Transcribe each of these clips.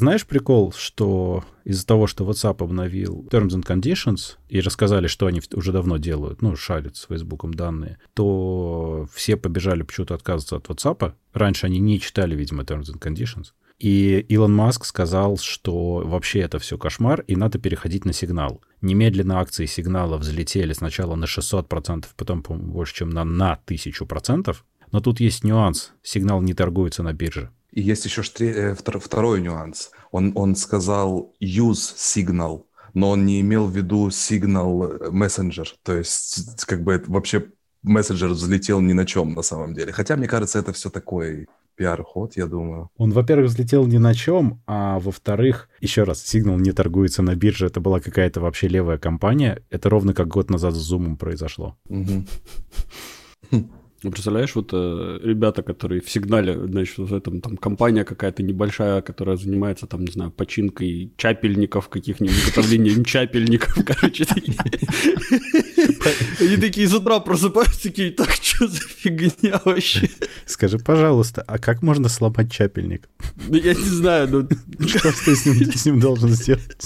знаешь прикол, что из-за того, что WhatsApp обновил Terms and Conditions и рассказали, что они уже давно делают, шарят с Фейсбуком данные, то все побежали почему-то отказываться от WhatsApp. Раньше они не читали, видимо, Terms and Conditions. И Илон Маск сказал, что вообще это все кошмар, и надо переходить на Signal. Немедленно акции Signal взлетели сначала на 600%, потом, по-моему, больше, чем на 1000%. Но тут есть нюанс. Signal не торгуется на бирже. И есть еще второй нюанс. Он сказал use Signal, но он не имел в виду Signal Messenger. То есть, вообще мессенджер взлетел ни на чем на самом деле. Хотя, мне кажется, это все такой пиар-ход, я думаю. Он, во-первых, взлетел ни на чем, а во-вторых, еще раз, Signal не торгуется на бирже. Это была какая-то вообще левая компания. Это ровно как год назад с Zoom произошло. Представляешь, ребята, которые в Сигнале, значит, в этом там компания какая-то небольшая, которая занимается там, не знаю, починкой чапельников каких-нибудь, изготовлением чапельников, короче, такие. Они такие с утра просыпаются, такие, так что за фигня вообще? Скажи, пожалуйста, а как можно сломать чапельник? Ну, я не знаю, что ты с ним должен сделать?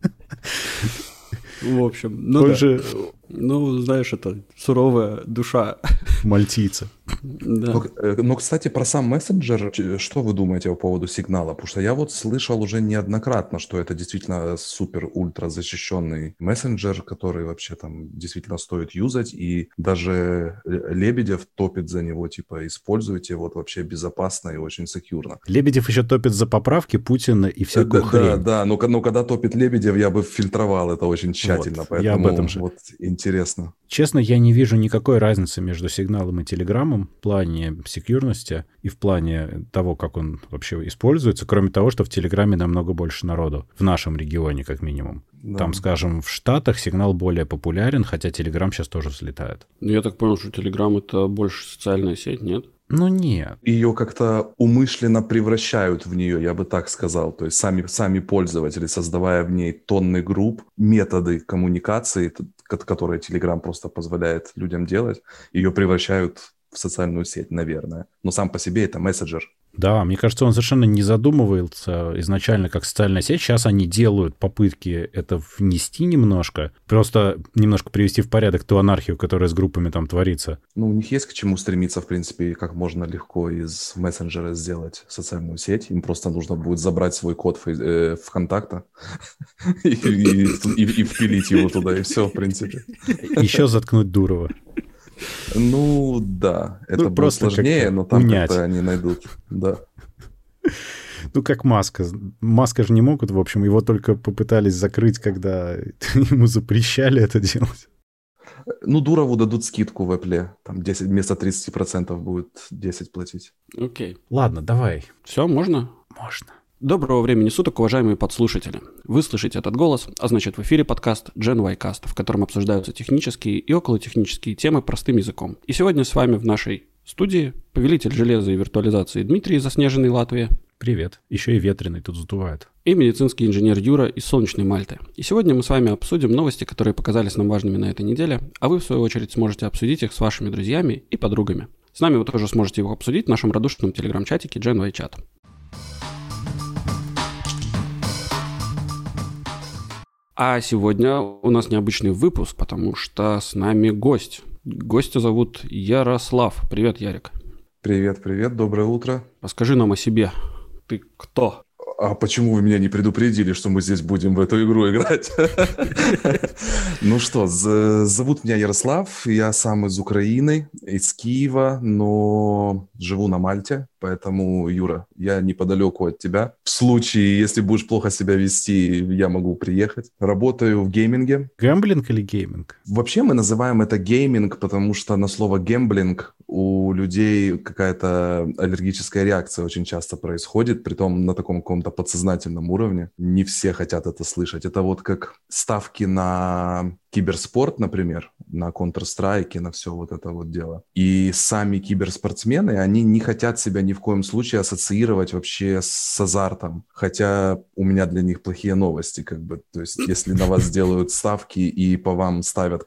В общем, знаешь, это суровая душа мальтийца. Да. Но, кстати, про сам мессенджер, что вы думаете по поводу Сигнала? Потому что я слышал уже неоднократно, что это действительно супер-ультра защищенный мессенджер, который вообще там действительно стоит юзать, и даже Лебедев топит за него, типа, используйте, вообще безопасно и очень секьюрно. Лебедев еще топит за поправки Путина и всякую хрень. Да, но когда топит Лебедев, я бы фильтровал это очень тщательно, поэтому я об этом же. Интересно. Честно, я не вижу никакой разницы между Сигналом и Телеграмом в плане секьюрности и в плане того, как он вообще используется, кроме того, что в Телеграме намного больше народу. В нашем регионе, как минимум. Да. Там, скажем, в Штатах Сигнал более популярен, хотя Телеграм сейчас тоже взлетает. Я так понял, что Телеграм — это больше социальная сеть, нет? Нет. Ее как-то умышленно превращают в нее, я бы так сказал. То есть сами пользователи, создавая в ней тонны групп, методы коммуникации, которые Telegram просто позволяет людям делать, ее превращают в социальную сеть, наверное. Но сам по себе это мессенджер. Да, мне кажется, он совершенно не задумывался изначально как социальная сеть. Сейчас они делают попытки это внести немножко, просто немножко привести в порядок ту анархию, которая с группами там творится. У них есть к чему стремиться, в принципе, и как можно легко из мессенджера сделать социальную сеть. Им просто нужно будет забрать свой код ВКонтакта и впилить его туда, и все, в принципе. Еще заткнуть Дурова. Да, это будет сложнее, но там как-то они найдут, да. Как Маска. Маска же не могут, в общем, его только попытались закрыть, когда ему запрещали это делать. Дурову дадут скидку в Apple, там 10, вместо 30% будет 10 платить. Окей. Ладно, давай. Все, можно? Можно. Доброго времени суток, уважаемые подслушатели. Вы слышите этот голос, а значит в эфире подкаст Gen Y Cast, в котором обсуждаются технические и околотехнические темы простым языком. И сегодня с вами в нашей студии повелитель железа и виртуализации Дмитрий из заснеженной Латвии. Привет. Еще и ветреный тут задувает. И медицинский инженер Юра из солнечной Мальты. И сегодня мы с вами обсудим новости, которые показались нам важными на этой неделе, а вы в свою очередь сможете обсудить их с вашими друзьями и подругами. С нами вы тоже сможете их обсудить в нашем радушном телеграм-чатике Gen Y Chat. А сегодня у нас необычный выпуск, потому что с нами гость. Гостя зовут Ярослав. Привет, Ярик. Привет, доброе утро. Расскажи нам о себе. Ты кто? А почему вы меня не предупредили, что мы здесь будем в эту игру играть? Ну что, зовут меня Ярослав, я сам из Украины, из Киева, но живу на Мальте, поэтому, Юра, я неподалеку от тебя. В случае, если будешь плохо себя вести, я могу приехать. Работаю в гейминге. Гэмблинг или гейминг? Вообще мы называем это гейминг, потому что на слово гэмблинг у людей какая-то аллергическая реакция очень часто происходит, притом на таком каком-то подсознательном уровне. Не все хотят это слышать. Это вот как ставки на киберспорт, например, на Counter-Strike, на все вот это вот дело. И сами киберспортсмены, они не хотят себя ни в коем случае ассоциировать вообще с азартом. Хотя у меня для них плохие новости, как бы. То есть, если на вас делают ставки и по вам ставят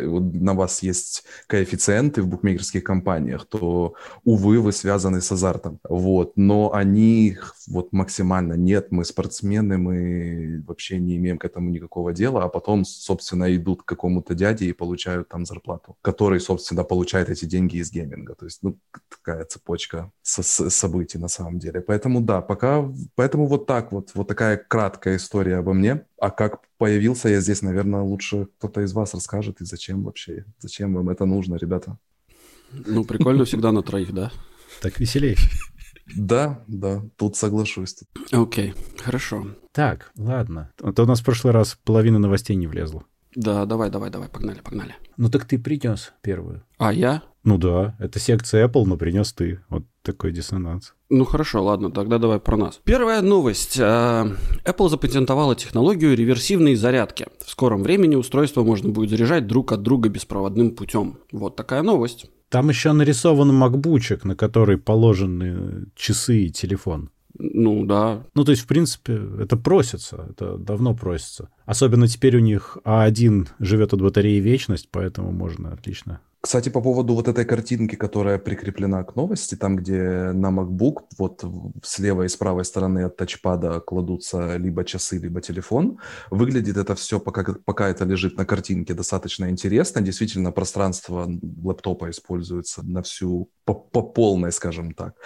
на вас есть коэффициенты в букмекерских компаниях, то, увы, вы связаны с азартом. Вот. Но они вот максимально нет, мы спортсмены, мы вообще не имеем к этому никакого дела, а потом, собственно, идут к какому-то дяде и получают там зарплату, который, собственно, получает эти деньги из гейминга. То есть, ну, такая цепочка событий на самом деле. Поэтому, да, поэтому вот так вот такая краткая история обо мне. А как появился я здесь, наверное, лучше кто-то из вас расскажет, и зачем вам это нужно, ребята? Ну, прикольно всегда на троих, да? Так веселей. Да, тут соглашусь. Окей, хорошо. Так, ладно. А то у нас в прошлый раз половина новостей не влезла. Да, давай, погнали. Ну так ты принес первую. А я? Ну да, это секция Apple, но принес ты. Вот такой диссонанс. Ну хорошо, ладно, тогда давай про нас. Первая новость. Apple запатентовала технологию реверсивной зарядки. В скором времени устройство можно будет заряжать друг от друга беспроводным путем. Вот такая новость. Там еще нарисован макбучек, на который положены часы и телефон. Ну, да. Ну, то есть, в принципе, это просится, это давно просится. Особенно теперь у них А1 живет от батареи вечность, поэтому можно отлично. Кстати, по поводу вот этой картинки, которая прикреплена к новости, там, где на MacBook вот с левой и с правой стороны от тачпада кладутся либо часы, либо телефон, выглядит это все, пока это лежит на картинке, достаточно интересно. Действительно, пространство лэптопа используется по полной, скажем так.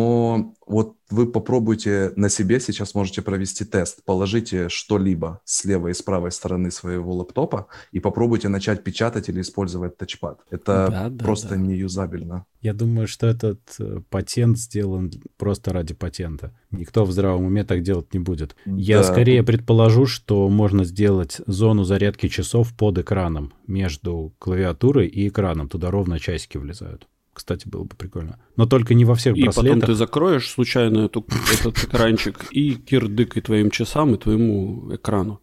Но вот вы попробуйте на себе, сейчас можете провести тест. Положите что-либо с левой и с правой стороны своего лэптопа и попробуйте начать печатать или использовать тачпад. Это просто неюзабельно. Я думаю, что этот патент сделан просто ради патента. Никто в здравом уме так делать не будет. Я скорее предположу, что можно сделать зону зарядки часов под экраном, между клавиатурой и экраном. Туда ровно часики влезают. Кстати, было бы прикольно. Но только не во всех браслетах. И потом ты закроешь случайно этот экранчик и кирдыкай твоим часам и твоему экрану.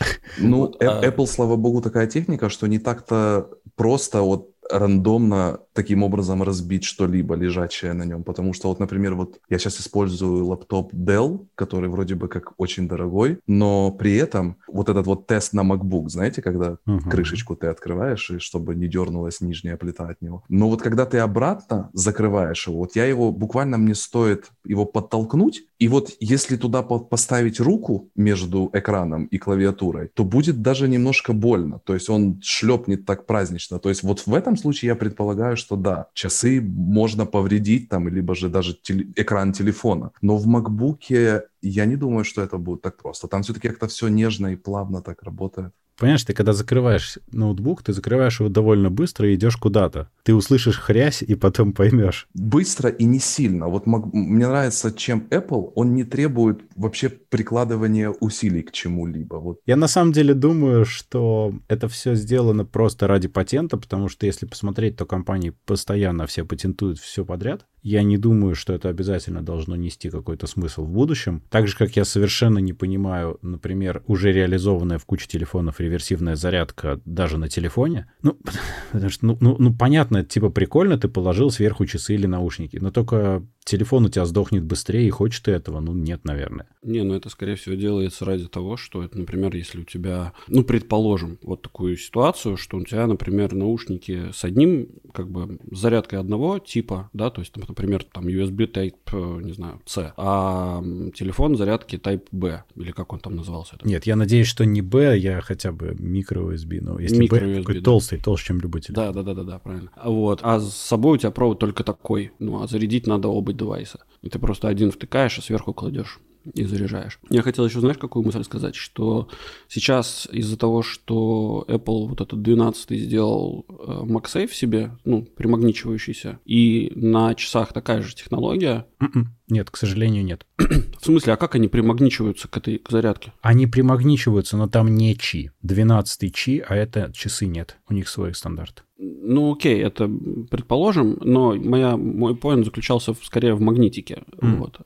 Ну, Apple, слава богу, такая техника, что не так-то просто вот рандомно таким образом разбить что-либо, лежащее на нем. Потому что вот, например, вот я сейчас использую лаптоп Dell, который вроде бы как очень дорогой, но при этом вот этот вот тест на MacBook, знаете, когда крышечку ты открываешь, и чтобы не дернулась нижняя плита от него. Но вот когда ты обратно закрываешь его, вот я его, буквально мне стоит его подтолкнуть, и вот если туда поставить руку между экраном и клавиатурой, то будет даже немножко больно. То есть он шлепнет так празднично. То есть вот в этом случае я предполагаю, что да, часы можно повредить, там, либо же даже экран телефона. Но в MacBook'е я не думаю, что это будет так просто. Там все-таки как-то все нежно и плавно так работает. Понимаешь, ты когда закрываешь ноутбук, ты закрываешь его довольно быстро и идешь куда-то. Ты услышишь хрясь и потом поймешь. Быстро и не сильно. Вот мне нравится, чем Apple, он не требует вообще прикладывания усилий к чему-либо. Вот. Я на самом деле думаю, что это все сделано просто ради патента, потому что если посмотреть, то компании постоянно все патентуют все подряд. Я не думаю, что это обязательно должно нести какой-то смысл в будущем. Так же, как я совершенно не понимаю, например, уже реализованная в куче телефонов реверсивная зарядка даже на телефоне. Ну, потому что, понятно, типа прикольно, ты положил сверху часы или наушники, но только телефон у тебя сдохнет быстрее, и хочешь ты этого? Ну, нет, наверное. Не, ну это, скорее всего, делается ради того, что это, например, если у тебя, ну, предположим, вот такую ситуацию, что у тебя, например, наушники с одним, как бы, зарядкой одного типа, да, то есть, например, там USB Type, не знаю, C, а телефон зарядки Type B, или как он там назывался? Нет, я надеюсь, что не B, я хотя бы micro-USB, но если B, такой толстый, толще, чем любой телефон. Да, правильно. Вот, а с собой у тебя провод только такой, ну, а зарядить надо оба девайса. И ты просто один втыкаешь, а сверху кладешь и заряжаешь. Я хотел еще, знаешь, какую мысль сказать, что сейчас из-за того, что Apple вот этот 12-й сделал MagSafe себе, ну, примагничивающийся, и на часах такая же технология. Нет, к сожалению, нет. В смысле, а как они примагничиваются к зарядке? Они примагничиваются, но там не Qi. 12-й Qi, а это часы нет. У них свой стандарт. Ну, окей, это предположим, но мой поинт заключался скорее в магнитике, вот,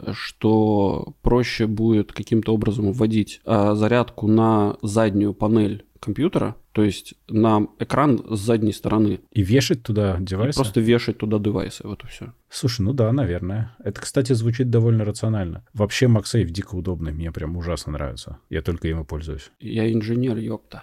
что проще будет каким-то образом вводить зарядку на заднюю панель компьютера, то То есть на экран с задней стороны. И вешать туда девайсы? И просто вешать туда девайсы, вот и все. Слушай, ну да, наверное. Это, кстати, звучит довольно рационально. Вообще MagSafe дико удобный, мне прям ужасно нравится. Я только им и пользуюсь. Я инженер, ёпта.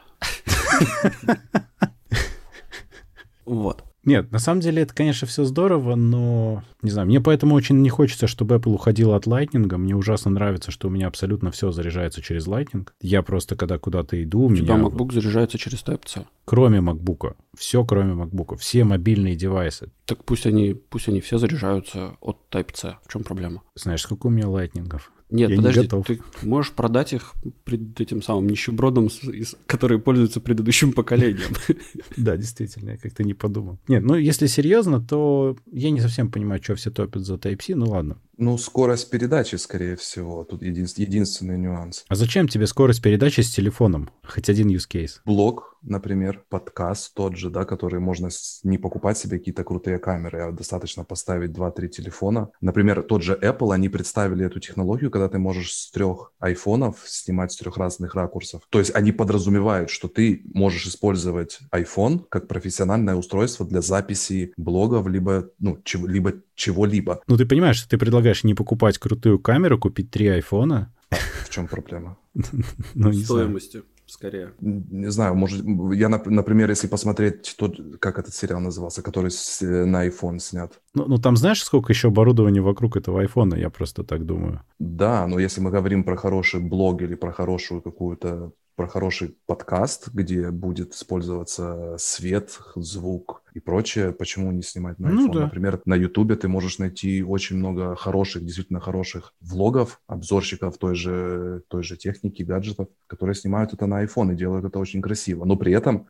Вот. Нет, на самом деле это, конечно, все здорово, но, не знаю, мне поэтому очень не хочется, чтобы Apple уходила от Lightning. Мне ужасно нравится, что у меня абсолютно все заряжается через Lightning. Я просто, когда куда-то иду, у тебя меня... MacBook заряжается через Type-C. Кроме MacBook. Все, кроме MacBook. Все мобильные девайсы. Так пусть они все заряжаются от Type-C. В чем проблема? Знаешь, сколько у меня лайтнингов? Нет, я подожди, не готов. Ты можешь продать их пред этим самым нищебродом, которые пользуются предыдущим поколением. Да, действительно, я как-то не подумал. Нет, ну если серьезно, то я не совсем понимаю, что все топят за Type-C, ну ладно. Ну, скорость передачи, скорее всего. Тут единственный нюанс. А зачем тебе скорость передачи с телефоном? Хоть один use case. Блог, например, подкаст тот же, да, который можно не покупать себе какие-то крутые камеры, а достаточно поставить 2-3 телефона. Например, тот же Apple, они представили эту технологию, когда ты можешь с 3 айфонов снимать с 3 разных ракурсов. То есть они подразумевают, что ты можешь использовать iPhone как профессиональное устройство для записи блогов, либо чего-либо. Ну, ты понимаешь, что ты предлагаешь не покупать крутую камеру, купить 3 айфона? В чем проблема? Ну, не стоимости. Скорее. Не знаю, может, я, например, если посмотреть тот, как этот сериал назывался, который на iPhone снят. Ну, там знаешь, сколько еще оборудования вокруг этого айфона, я просто так думаю. Да, но если мы говорим про хороший блог или про хороший подкаст, где будет использоваться свет, звук и прочее, почему не снимать на iPhone? Ну, да. Например, на YouTube ты можешь найти очень много действительно хороших влогов, обзорщиков той же техники, гаджетов, которые снимают это на iPhone и делают это очень красиво. Но при этом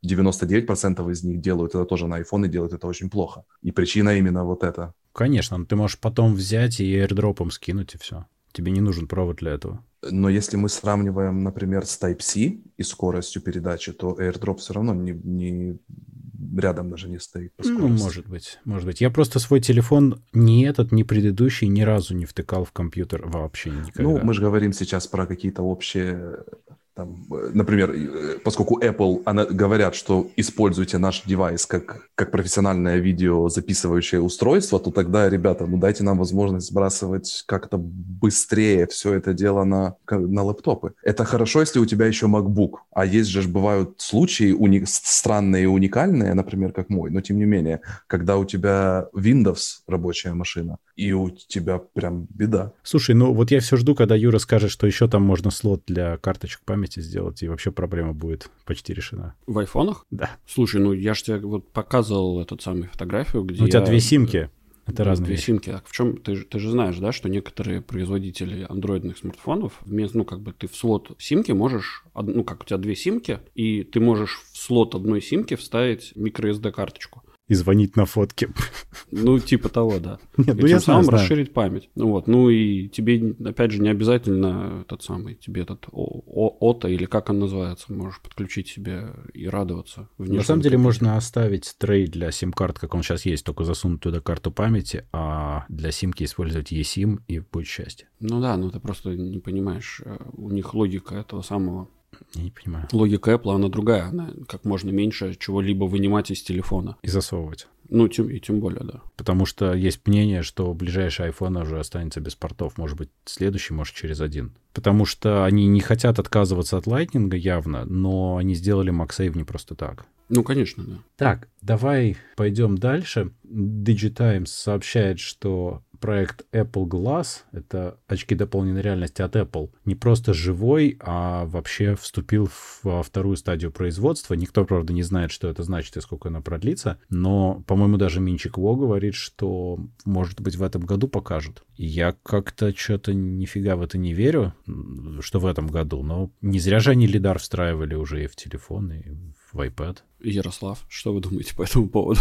99% из них делают это тоже на iPhone и делают это очень плохо. И причина именно вот это. Конечно, но ты можешь потом взять и airdropом скинуть, и все. Тебе не нужен провод для этого. Но если мы сравниваем, например, с Type-C и скоростью передачи, то AirDrop все равно не рядом даже не стоит по скорости. Ну, может быть. Я просто свой телефон ни предыдущий ни разу не втыкал в компьютер вообще никогда. Ну, мы же говорим сейчас про какие-то общие... Там, например, поскольку Apple говорят, что используйте наш девайс как профессиональное видеозаписывающее устройство, то тогда, ребята, дайте нам возможность сбрасывать как-то быстрее все это дело на лэптопы. Это хорошо, если у тебя еще MacBook, а есть же бывают случаи странные и уникальные, например, как мой, но тем не менее, когда у тебя Windows рабочая машина, и у тебя прям беда. Слушай, ну вот я все жду, когда Юра скажет, что еще там можно слот для карточек памяти сделать, и вообще проблема будет почти решена. В айфонах? Да. Слушай, ну я же тебе вот показывал эту самую фотографию, где у тебя 2 симки. Это разные 2 симки. А в чем ты же знаешь, да, что некоторые производители андроидных смартфонов, ты в слот симки можешь, у тебя 2 симки, и ты можешь в слот одной симки вставить microSD-карточку. И звонить на фотке. Ну, типа того, да. Нет, и тем самым расширить память. Ну и тебе, опять же, не обязательно тебе этот ОТО, или как он называется, можешь подключить себе и радоваться. На самом деле можно оставить трей для сим-карт, как он сейчас есть, только засунуть туда карту памяти, а для симки использовать eSIM, и будет счастье. Ну да, ты просто не понимаешь, у них логика этого самого. Я не понимаю. Логика Apple, она другая. Она как можно меньше чего-либо вынимать из телефона. И засовывать. Ну, тем более, да. Потому что есть мнение, что ближайший iPhone уже останется без портов. Может быть, следующий, может, через 1. Потому что они не хотят отказываться от Lightning явно, но они сделали MagSafe не просто так. Ну, конечно, да. Так, давай пойдем дальше. DigiTimes сообщает, что проект Apple Glass, это очки дополненной реальности от Apple, не просто живой, а вообще вступил во 2-ю стадию производства. Никто, правда, не знает, что это значит и сколько оно продлится, но, по-моему, даже Минчик Во говорит, что, может быть, в этом году покажут. И я как-то что-то нифига в это не верю, что в этом году, но не зря же они лидар встраивали уже и в телефон, и в iPad. Ярослав, что вы думаете по этому поводу?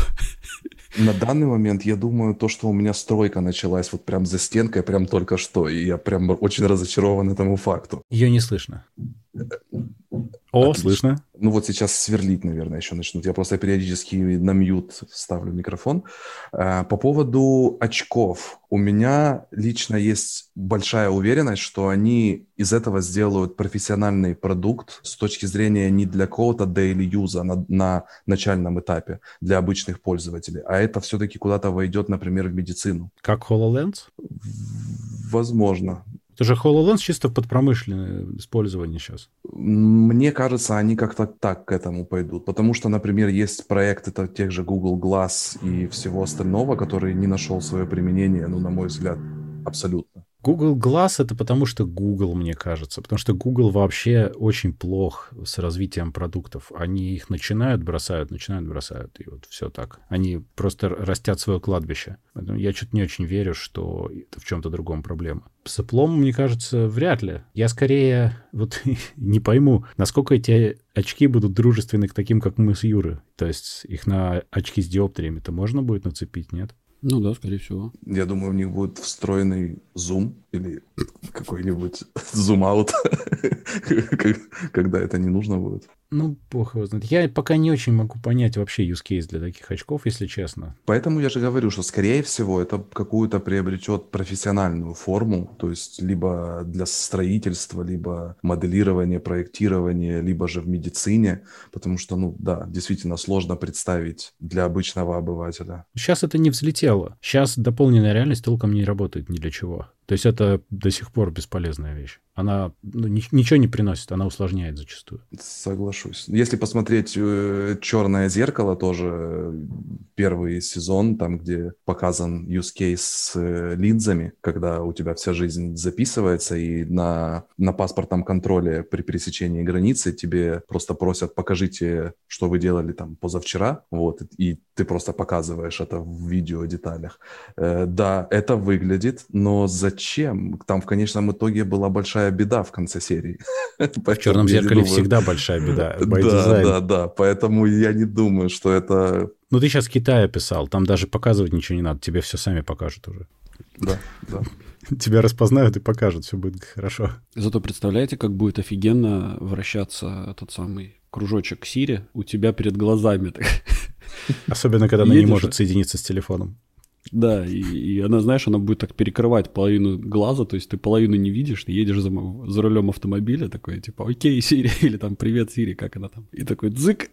На данный момент я думаю, то, что у меня стройка началась вот прям за стенкой, прям только что, и я прям очень разочарован этому факту. Ее не слышно. О, Отлично. слышно. Ну вот сейчас сверлить, наверное, еще начнут. Я просто периодически на мьют ставлю микрофон. По поводу очков. У меня лично есть большая уверенность, что они из этого сделают профессиональный продукт с точки зрения не для какого-то daily use на начальном этапе, для обычных пользователей, а это все-таки куда-то войдет, например, в медицину. Как HoloLens? Возможно. Это же HoloLens чисто под промышленное использование сейчас. Мне кажется, они как-то так к этому пойдут. Потому что, например, есть проект тех же Google Glass и всего остального, который не нашел свое применение, ну, на мой взгляд, абсолютно. Google Glass — это потому что Google, мне кажется. Потому что Google вообще очень плох с развитием продуктов. Они их начинают, бросают, и вот все так. Они просто растят свое кладбище. Поэтому я что-то не очень верю, что это в чем-то другом проблема. С Apple, мне кажется, вряд ли. Я скорее вот не пойму, насколько эти очки будут дружественны к таким, как мы с Юрой. То есть их на очки с диоптриями-то можно будет нацепить, нет? Ну да, скорее всего. Я думаю, у них будет встроенный зум или какой-нибудь зум-аут, когда это не нужно будет. Ну, бог его знает. Я пока не очень могу понять вообще use case для таких очков, если честно. Поэтому я же говорю, что, скорее всего, это какую-то приобретет профессиональную форму, то есть либо для строительства, либо моделирования, проектирования, либо же в медицине, потому что, ну да, действительно сложно представить для обычного обывателя. Сейчас это не взлетело. Сейчас дополненная реальность толком не работает ни для чего. То есть это до сих пор бесполезная вещь. Она ничего не приносит, она усложняет зачастую. Соглашусь. Если посмотреть «Черное зеркало», тоже первый сезон, там, где показан use case с линзами, когда у тебя вся жизнь записывается, и на паспортном контроле при пересечении границы тебе просто просят: покажите, что вы делали там позавчера, вот, и ты просто показываешь это в видео деталях. Да, это выглядит, но зачем? Там в конечном итоге была большая беда в конце серии. В «Черном зеркале» всегда большая беда. Да. Поэтому я не думаю, что это... Ну, ты сейчас Китай описал. Там даже показывать ничего не надо. Тебе все сами покажут уже. Да. Тебя распознают и покажут. Все будет хорошо. Зато представляете, как будет офигенно вращаться этот самый кружочек Siri у тебя перед глазами. Особенно, когда она не может соединиться с телефоном. Да, и она, знаешь, она будет так перекрывать половину глаза, то есть ты половину не видишь, ты едешь за рулем автомобиля, такой, типа, окей, Сири, или там, привет, Сири, как она там? И такой, дзык.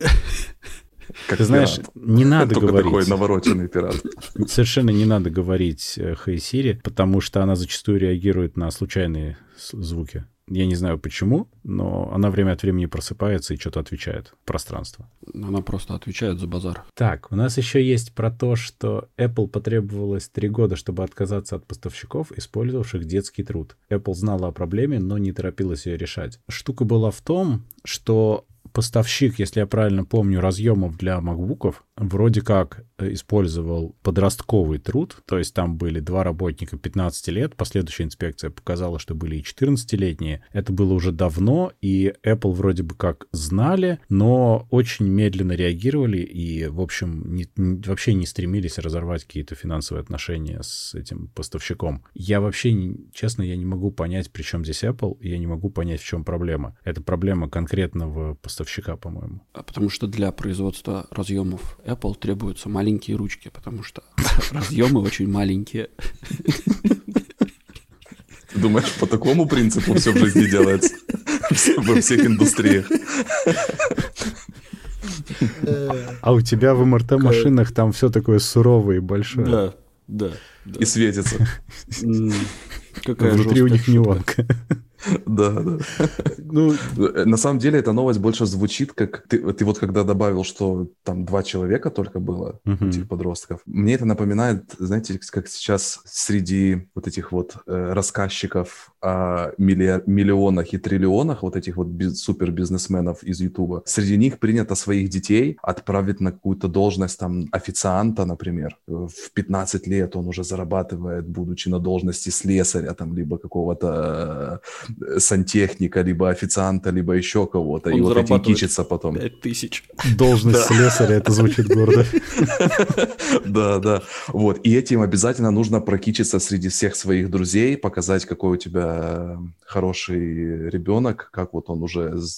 Как ты знаешь, не надо только говорить. Такой навороченный пират. Совершенно не надо говорить «Hey Siri», потому что она зачастую реагирует на случайные звуки. Я не знаю почему, но она время от времени просыпается и что-то отвечает в пространство. Она просто отвечает за базар. Так, у нас еще есть про то, что Apple потребовалось 3 года, чтобы отказаться от поставщиков, использовавших детский труд. Apple знала о проблеме, но не торопилась ее решать. Штука была в том, что поставщик, если я правильно помню, разъемов для макбуков вроде как использовал подростковый труд, то есть там были 2 работника 15 лет, последующая инспекция показала, что были и 14-летние. Это было уже давно, и Apple вроде бы как знали, но очень медленно реагировали и, в общем, вообще не стремились разорвать какие-то финансовые отношения с этим поставщиком. Я вообще, честно, я не могу понять, при чем здесь Apple, и я не могу понять, в чем проблема. Это проблема конкретного поставщика, по-моему. Потому что для производства разъемов Apple требуются маленькие ручки, потому что разъемы очень маленькие. Ты думаешь, по такому принципу все в жизни делается? Во всех индустриях. А у тебя в МРТ-машинах там все такое суровое и большое. Да. И светится. Внутри у них неонка. Да. Ну, на самом деле эта новость больше звучит, как ты вот когда добавил, что там 2 человека только было, этих подростков. Мне это напоминает, знаете, как сейчас среди вот этих вот рассказчиков о миллионах и триллионах, вот этих вот супербизнесменов из Ютуба, среди них принято своих детей отправить на какую-то должность там официанта, например. В 15 лет он уже зарабатывает, будучи на должности слесаря там, либо какого-то сантехника, либо официанта, либо еще кого-то. Он и вот этим зарабатывает кичится потом. 5000. Должность слесаря, это звучит гордо. Да. Вот. И этим обязательно нужно прокичиться среди всех своих друзей, показать, какой у тебя хороший ребенок, как вот он уже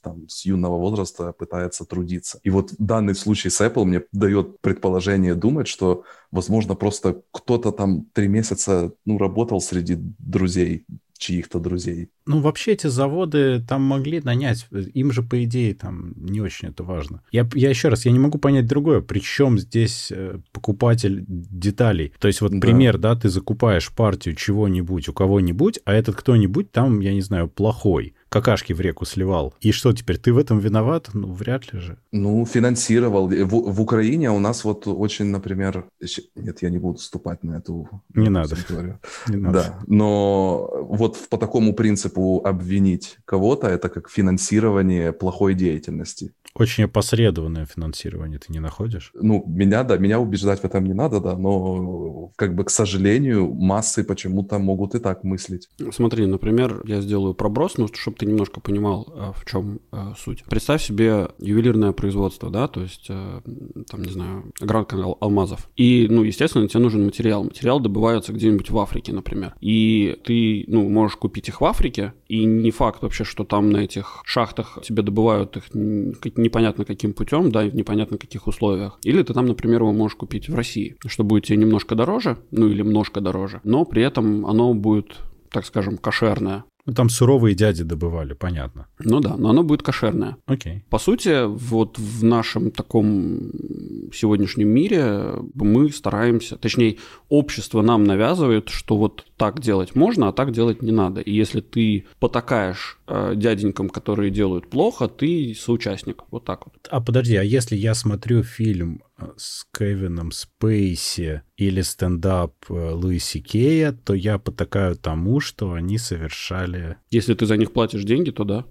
там с юного возраста пытается трудиться. И вот данный случай с Apple мне дает предположение думать, что, возможно, просто кто-то там 3 месяца, работал среди друзей, чьих-то друзей. Вообще эти заводы там могли нанять, им же, по идее, там не очень это важно. Я еще раз, я не могу понять другое, причем здесь покупатель деталей. То есть пример, да, ты закупаешь партию чего-нибудь у кого-нибудь, а этот кто-нибудь там, я не знаю, плохой, какашки в реку сливал. И что теперь, ты в этом виноват? Вряд ли же. Финансировал. В Украине у нас очень, например... Нет, я не буду вступать на эту историю. Не надо. Да, но по такому принципу обвинить кого-то, это как финансирование плохой деятельности. Очень опосредованное финансирование, ты не находишь? Меня убеждать в этом не надо, да, но, к сожалению, массы почему-то могут и так мыслить. Смотри, например, я сделаю проброс, чтобы ты немножко понимал, в чем суть. Представь себе ювелирное производство, да, то есть, там, не знаю, огранка алмазов. И, естественно, тебе нужен материал. Материал добывается где-нибудь в Африке, например. И ты, можешь купить их в Африке, и не факт вообще, что там на этих шахтах тебе добывают их непонятно каким путем, да, и в непонятно каких условиях. Или ты там, например, его можешь купить в России, что будет тебе немножко дороже, или немножко дороже, но при этом оно будет, так скажем, кошерное. Там суровые дяди добывали, понятно. Да, но оно будет кошерное. Окей. По сути, в нашем таком сегодняшнем мире мы стараемся, точнее, общество нам навязывает, что так делать можно, а так делать не надо. И если ты потакаешь дяденькам, которые делают плохо, ты соучастник. Вот так вот. А подожди, а если я смотрю фильм с Кевином Спейси или стендап Луиси Кея, то я потакаю тому, что они совершали... Если ты за них платишь деньги, то да.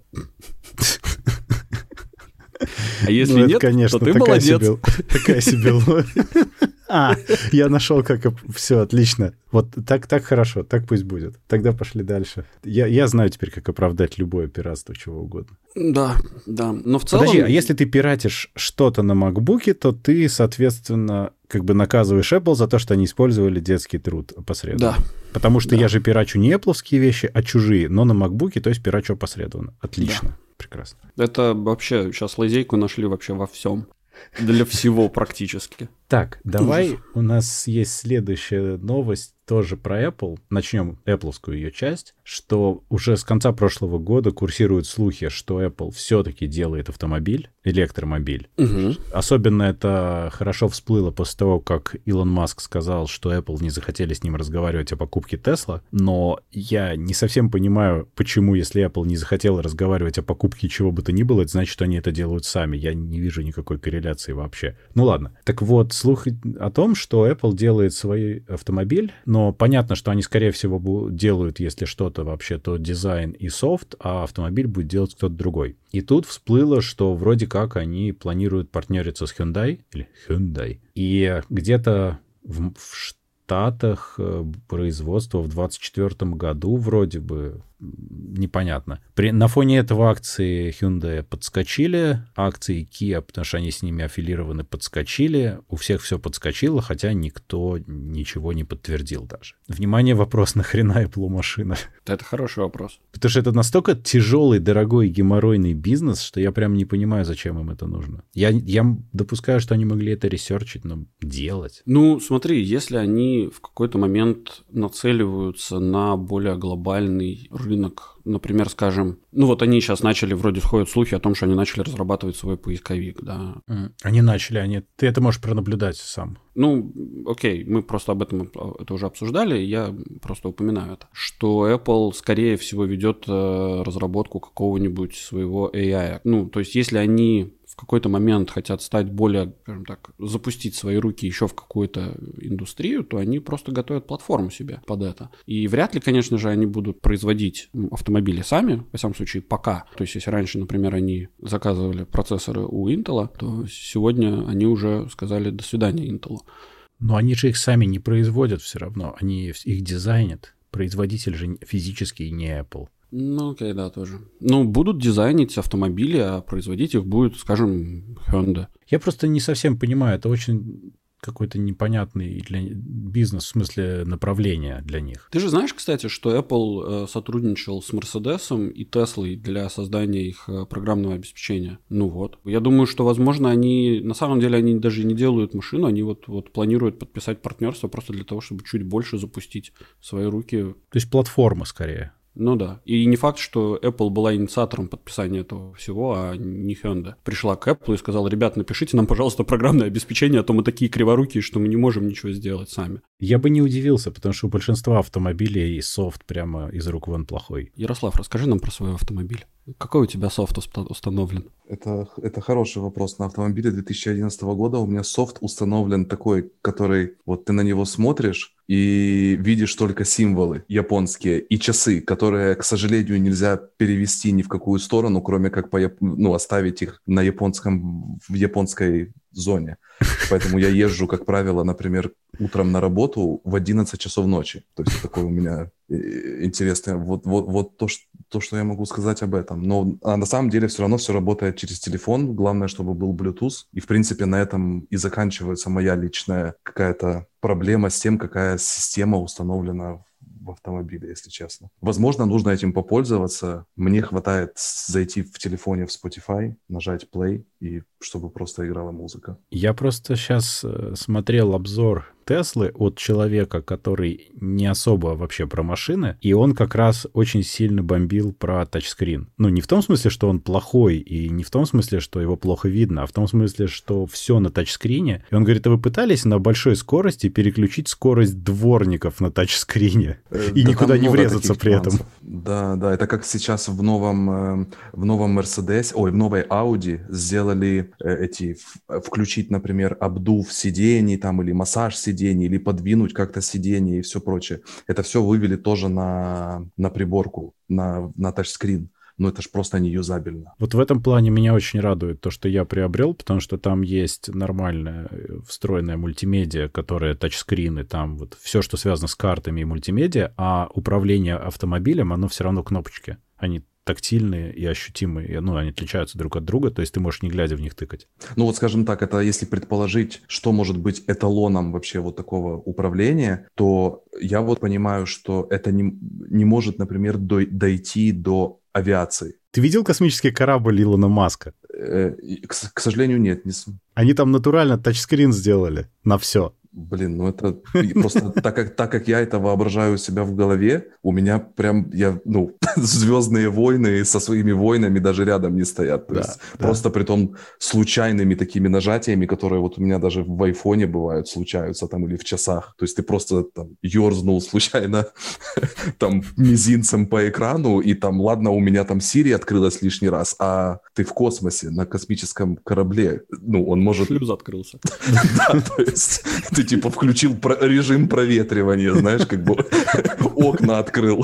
А если нет, конечно, то ты молодец. Такая себе... Я нашел, как... Все, отлично. Так хорошо, так пусть будет. Тогда пошли дальше. Я знаю теперь, как оправдать любое пиратство, чего угодно. Да. Но в целом... Подожди, а если ты пиратишь что-то на макбуке, то ты, соответственно, наказываешь Apple за то, что они использовали детский труд опосредованно. Да. Потому что я же пирачу не Apple'овские вещи, а чужие, но на макбуке, то есть пирачу опосредованно. Отлично. Да. Прекрасно. Это вообще сейчас лазейку нашли вообще во всем. Для всего практически. Так, давай, у нас есть следующая новость, тоже про Apple. Начнем Apple'овскую ее часть, что уже с конца прошлого года курсируют слухи, что Apple все-таки делает автомобиль, электромобиль. Особенно это хорошо всплыло после того, как Илон Маск сказал, что Apple не захотели с ним разговаривать о покупке Tesla, но я не совсем понимаю, почему, если Apple не захотела разговаривать о покупке чего бы то ни было, это значит, что они это делают сами. Я не вижу никакой корреляции вообще. Ну ладно. Так вот, слух о том, что Apple делает свой автомобиль, но понятно, что они, скорее всего, делают, если что-то вообще, то дизайн и софт, а автомобиль будет делать кто-то другой. И тут всплыло, что вроде как они планируют партнериться с Hyundai, и где-то в Штатах производство в 2024 году вроде бы непонятно. На фоне этого акции Hyundai подскочили, акции Kia, потому что они с ними аффилированы, подскочили. У всех все подскочило, хотя никто ничего не подтвердил даже. Внимание, вопрос, нахрена Apple машина? Это хороший вопрос. Потому что это настолько тяжелый, дорогой, геморройный бизнес, что я прям не понимаю, зачем им это нужно. Я допускаю, что они могли это ресерчить, но делать. Смотри, если они в какой-то момент нацеливаются на более глобальный рынок, например, скажем, они сейчас вроде сходят слухи о том, что они начали разрабатывать свой поисковик, да. Они начали, ты это можешь пронаблюдать сам. Окей, мы просто об этом это уже обсуждали, я просто упоминаю это, что Apple, скорее всего, ведет разработку какого-нибудь своего AI. То есть, если они в какой-то момент хотят стать более, скажем так, запустить свои руки еще в какую-то индустрию, то они просто готовят платформу себе под это. И вряд ли, конечно же, они будут производить автомобили сами, во всяком случае, пока. То есть, если раньше, например, они заказывали процессоры у Intel, то сегодня они уже сказали «до свидания Intel». Но они же их сами не производят все равно, они их дизайнят. Производитель же физически не Apple. Окей, да, тоже. Будут дизайнить автомобили, а производить их будет, скажем, Hyundai. Я просто не совсем понимаю, это очень какой-то непонятный для бизнес, в смысле направления для них. Ты же знаешь, кстати, что Apple сотрудничал с Mercedes и Tesla для создания их программного обеспечения. Ну вот. Я думаю, что, возможно, на самом деле они даже не делают машину, они вот планируют подписать партнерство просто для того, чтобы чуть больше запустить в свои руки. То есть платформа скорее. Ну да. И не факт, что Apple была инициатором подписания этого всего, а не Hyundai. Пришла к Apple и сказала: ребят, напишите нам, пожалуйста, программное обеспечение, а то мы такие криворукие, что мы не можем ничего сделать сами. Я бы не удивился, потому что у большинства автомобилей софт прямо из рук вон плохой. Ярослав, расскажи нам про свой автомобиль. Какой у тебя софт установлен? Это хороший вопрос. На автомобиле 2011 года у меня софт установлен такой, который вот ты на него смотришь и видишь только символы японские и часы, которые, к сожалению, нельзя перевести ни в какую сторону, кроме как оставить их в японской зоне. Поэтому я езжу, как правило, например, утром на работу в 11 часов ночи. То есть такое у меня интересное. Вот то, что я могу сказать об этом. Но на самом деле все равно все работает через телефон. Главное, чтобы был Bluetooth. И, в принципе, на этом и заканчивается моя личная какая-то проблема с тем, какая система установлена в автомобиле, если честно. Возможно, нужно этим попользоваться. Мне хватает зайти в телефоне в Spotify, нажать play, и чтобы просто играла музыка. Я просто сейчас смотрел обзор Теслы от человека, который не особо вообще про машины, и он как раз очень сильно бомбил про тачскрин. Ну, не в том смысле, что он плохой, и не в том смысле, что его плохо видно, а в том смысле, что все на тачскрине. И он говорит: а вы пытались на большой скорости переключить скорость дворников на тачскрине и никуда не врезаться при этом? Да, это как сейчас в новом Mercedes, в новой Audi сделали включить, например, обдув сидений там, или массаж сидений, или подвинуть как-то сиденье и все прочее. Это все вывели тоже на приборку, на тачскрин. Но это же просто неюзабельно. Вот в этом плане меня очень радует то, что я приобрел, потому что там есть нормальная встроенная мультимедиа, которая тачскрины, там вот все, что связано с картами и мультимедиа, а управление автомобилем, оно все равно кнопочки. Они тактильные и ощутимые, они отличаются друг от друга, то есть ты можешь не глядя в них тыкать. Ну вот, скажем так, это если предположить, что может быть эталоном вообще вот такого управления, то я вот понимаю, что это не может, например, дойти до авиации. Ты видел космический корабль Илона Маска? К сожалению, нет. Они там натурально тачскрин сделали на все. Блин, это просто так как я это воображаю у себя в голове, у меня прям, «Звездные войны» со своими войнами даже рядом не стоят. То есть просто притом случайными такими нажатиями, которые вот у меня даже в айфоне бывают, случаются там или в часах. То есть ты просто там ёрзнул случайно там мизинцем по экрану, и там, ладно, у меня там Siri открылась лишний раз, а ты в космосе на космическом корабле, он может... Шлюз открылся. Да, то есть ты типа включил режим проветривания, знаешь, как бы окна открыл.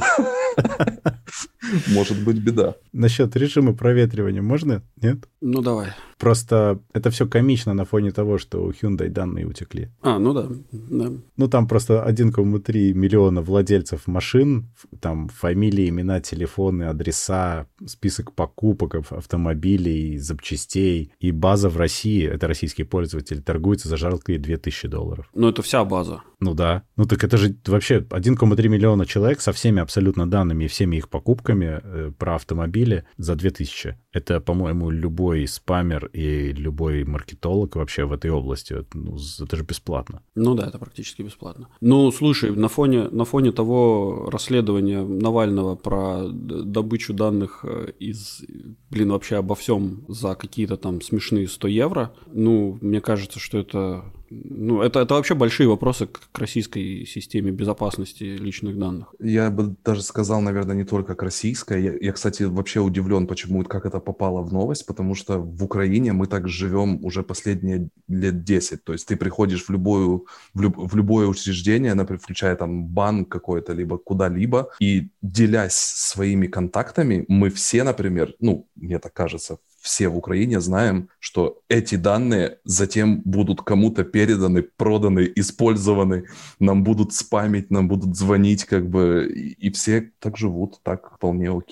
Может быть, беда. Насчет режима проветривания можно? Нет? Ну, давай. Просто это все комично на фоне того, что у Hyundai данные утекли. Ну да. Ну, там просто 1,3 миллиона владельцев машин, там фамилии, имена, телефоны, адреса, список покупок автомобилей, запчастей. И база в России, это российский пользователь, торгуется за жалкие $2000. Ну, это вся база. Ну да. Ну так это же вообще 1,3 миллиона человек со всеми абсолютно данными и всеми их покупками про автомобили за 2000. Это, по-моему, любой спамер и любой маркетолог вообще в этой области. Это же бесплатно. Ну да, это практически бесплатно. Ну, слушай, на фоне того расследования Навального про добычу данных вообще обо всем за какие-то там смешные 100 евро, мне кажется, что это вообще большие вопросы к российской системе безопасности личных данных. Я бы даже сказал, наверное, не только к российской. Я, кстати, вообще удивлен, как это попало в новость, потому что в Украине мы так живем уже последние лет 10. То есть ты приходишь в любое учреждение, например, включая там банк какой-то, либо куда-либо, и делясь своими контактами, мы все, например, мне так кажется, все в Украине знаем, что эти данные затем будут кому-то переданы, проданы, использованы, нам будут спамить, нам будут звонить, и все так живут, так вполне окей.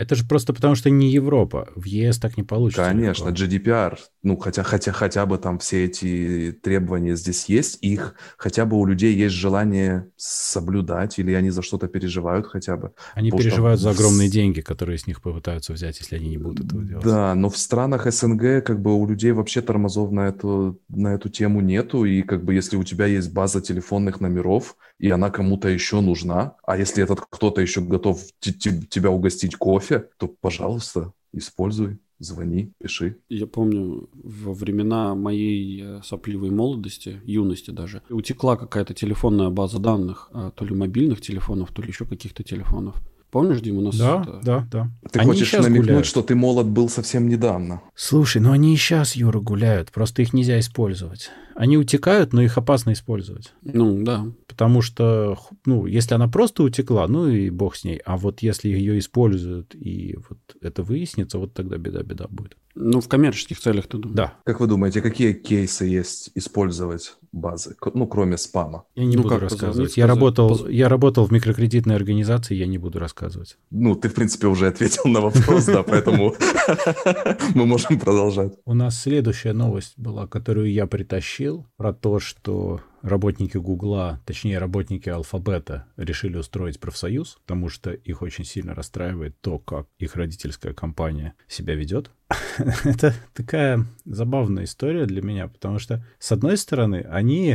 Это же просто потому, что не Европа. В ЕС так не получится. Конечно, легко. GDPR, ну, хотя бы там все эти требования здесь есть, их хотя бы у людей есть желание соблюдать, или они за что-то переживают хотя бы. Они Потому что переживают за огромные деньги, которые с них попытаются взять, если они не будут этого делать. Да, но в странах СНГ как бы у людей вообще тормозов на эту тему нету, и как бы если у тебя есть база телефонных номеров, и она кому-то еще нужна, а если этот кто-то еще готов тебя угостить кофе, то, пожалуйста, используй. Звони, пиши. Я помню, во времена моей сопливой молодости, юности даже, утекла какая-то телефонная база данных, то ли мобильных телефонов, то ли еще каких-то телефонов. Помнишь, Дим, у нас... Да. Ты Они хочешь намекнуть, что ты молод был совсем недавно? Слушай, ну они и сейчас, Юра, гуляют, просто их нельзя использовать. Они утекают, но их опасно использовать. Ну, да. Потому что, ну, если она просто утекла, ну и бог с ней. А вот если ее используют и вот это выяснится, вот тогда беда будет. Ну, в коммерческих целях, ты думаешь? Да. Как вы думаете, какие кейсы есть использовать базы, ну, кроме спама? Я не буду рассказывать. Я работал в микрокредитной организации, я не буду рассказывать. Ну, ты, в принципе, уже ответил на вопрос, да, поэтому мы можем продолжать. У нас следующая новость была, которую я притащил, про то, что работники Гугла, точнее, работники Алфабета решили устроить профсоюз, потому что их очень сильно расстраивает то, как их родительская компания себя ведет. Это такая забавная история для меня, потому что, с одной стороны, они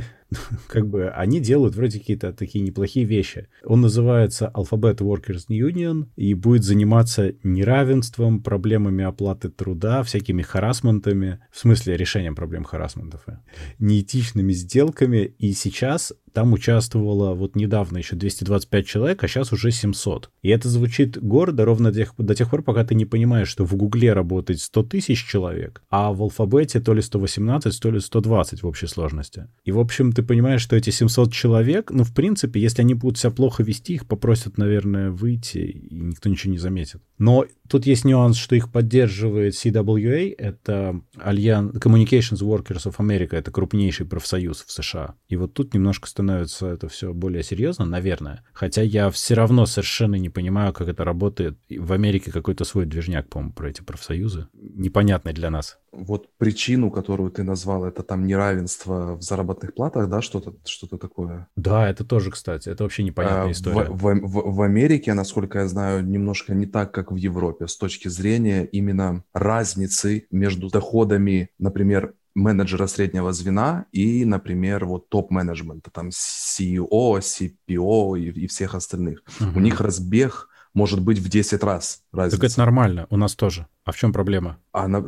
делают вроде какие-то такие неплохие вещи. Он называется Alphabet Workers Union и будет заниматься неравенством, проблемами оплаты труда, всякими харассментами, в смысле решением проблем харассментов, неэтичными сделками. И сейчас там участвовало вот недавно еще 225 человек, а сейчас уже 700. И это звучит гордо ровно до тех пор, пока ты не понимаешь, что в Гугле работает 100 тысяч человек, а в Алфабете то ли 118, то ли 120 в общей сложности. И, в общем, ты понимаешь, что эти 700 человек, ну, в принципе, если они будут себя плохо вести, их попросят, наверное, выйти, и никто ничего не заметит. Но тут есть нюанс, что их поддерживает CWA, это Communications Workers of America, это крупнейший профсоюз в США. И вот тут немножко становится это все более серьезно, наверное. Хотя я все равно совершенно не понимаю, как это работает. В Америке какой-то свой движняк, по-моему, про эти профсоюзы. Непонятный для нас. Вот причину, которую ты назвал, это там неравенство в заработных платах, да, что-то такое? Да, это тоже, кстати, это вообще непонятная история. В Америке, насколько я знаю, немножко не так, как в Европе, с точки зрения именно разницы между доходами, например, менеджера среднего звена и, например, вот топ-менеджмента, там CEO, CPO и всех остальных. У них разбег может быть в 10 раз разница. Так это нормально, у нас тоже. А в чем проблема?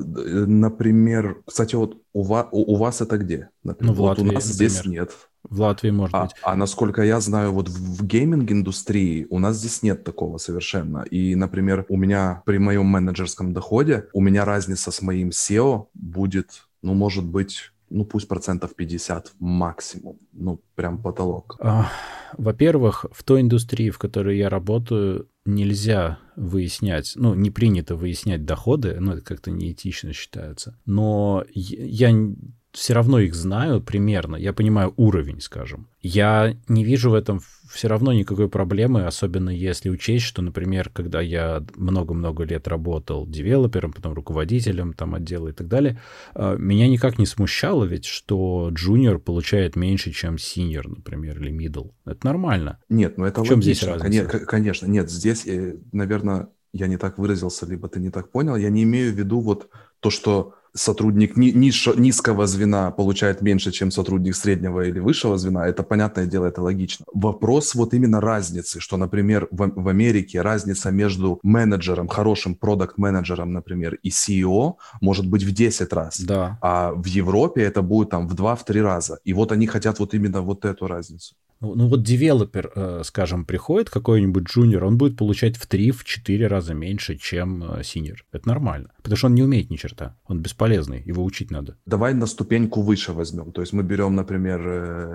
Например, кстати, вот у вас это где? Например, Ну, в Латвии, вот у нас например. здесь нет. В Латвии, может быть. А насколько я знаю, вот в гейминг-индустрии у нас здесь нет такого совершенно. И, например, у меня при моем менеджерском доходе, у меня разница с моим SEO будет, ну, может быть, ну, пусть 50% максимум. Ну, прям потолок. Во-первых, в той индустрии, в которой я работаю, нельзя выяснять, ну, не принято выяснять доходы, ну, это как-то неэтично считается. Но я все равно их знаю примерно, я понимаю уровень, скажем. Я не вижу в этом все равно никакой проблемы, особенно если учесть, что, например, когда я много-много лет работал девелопером, потом руководителем там отдела и так далее, меня никак не смущало ведь, что джуниор получает меньше, чем синьор, например, или middle. Это нормально. Нет, ну это в чем логично. Здесь разница? Конечно, нет, здесь, наверное, я не так выразился, либо ты не так понял. Я не имею в виду вот то, что сотрудник низкого звена получает меньше, чем сотрудник среднего или высшего звена, это, понятное дело, это логично. Вопрос вот именно разницы, что, например, в Америке разница между менеджером, хорошим продакт-менеджером, например, и CEO может быть в 10 раз. Да. А в Европе это будет там в 2-3 раза. И вот они хотят вот именно вот эту разницу. Ну вот девелопер, скажем, приходит, какой-нибудь джуниор, он будет получать в 3-4 раза меньше, чем синьор. Это нормально, потому что он не умеет ни черта, он бесполезный, его учить надо. Давай на ступеньку выше возьмем. То есть мы берем, например,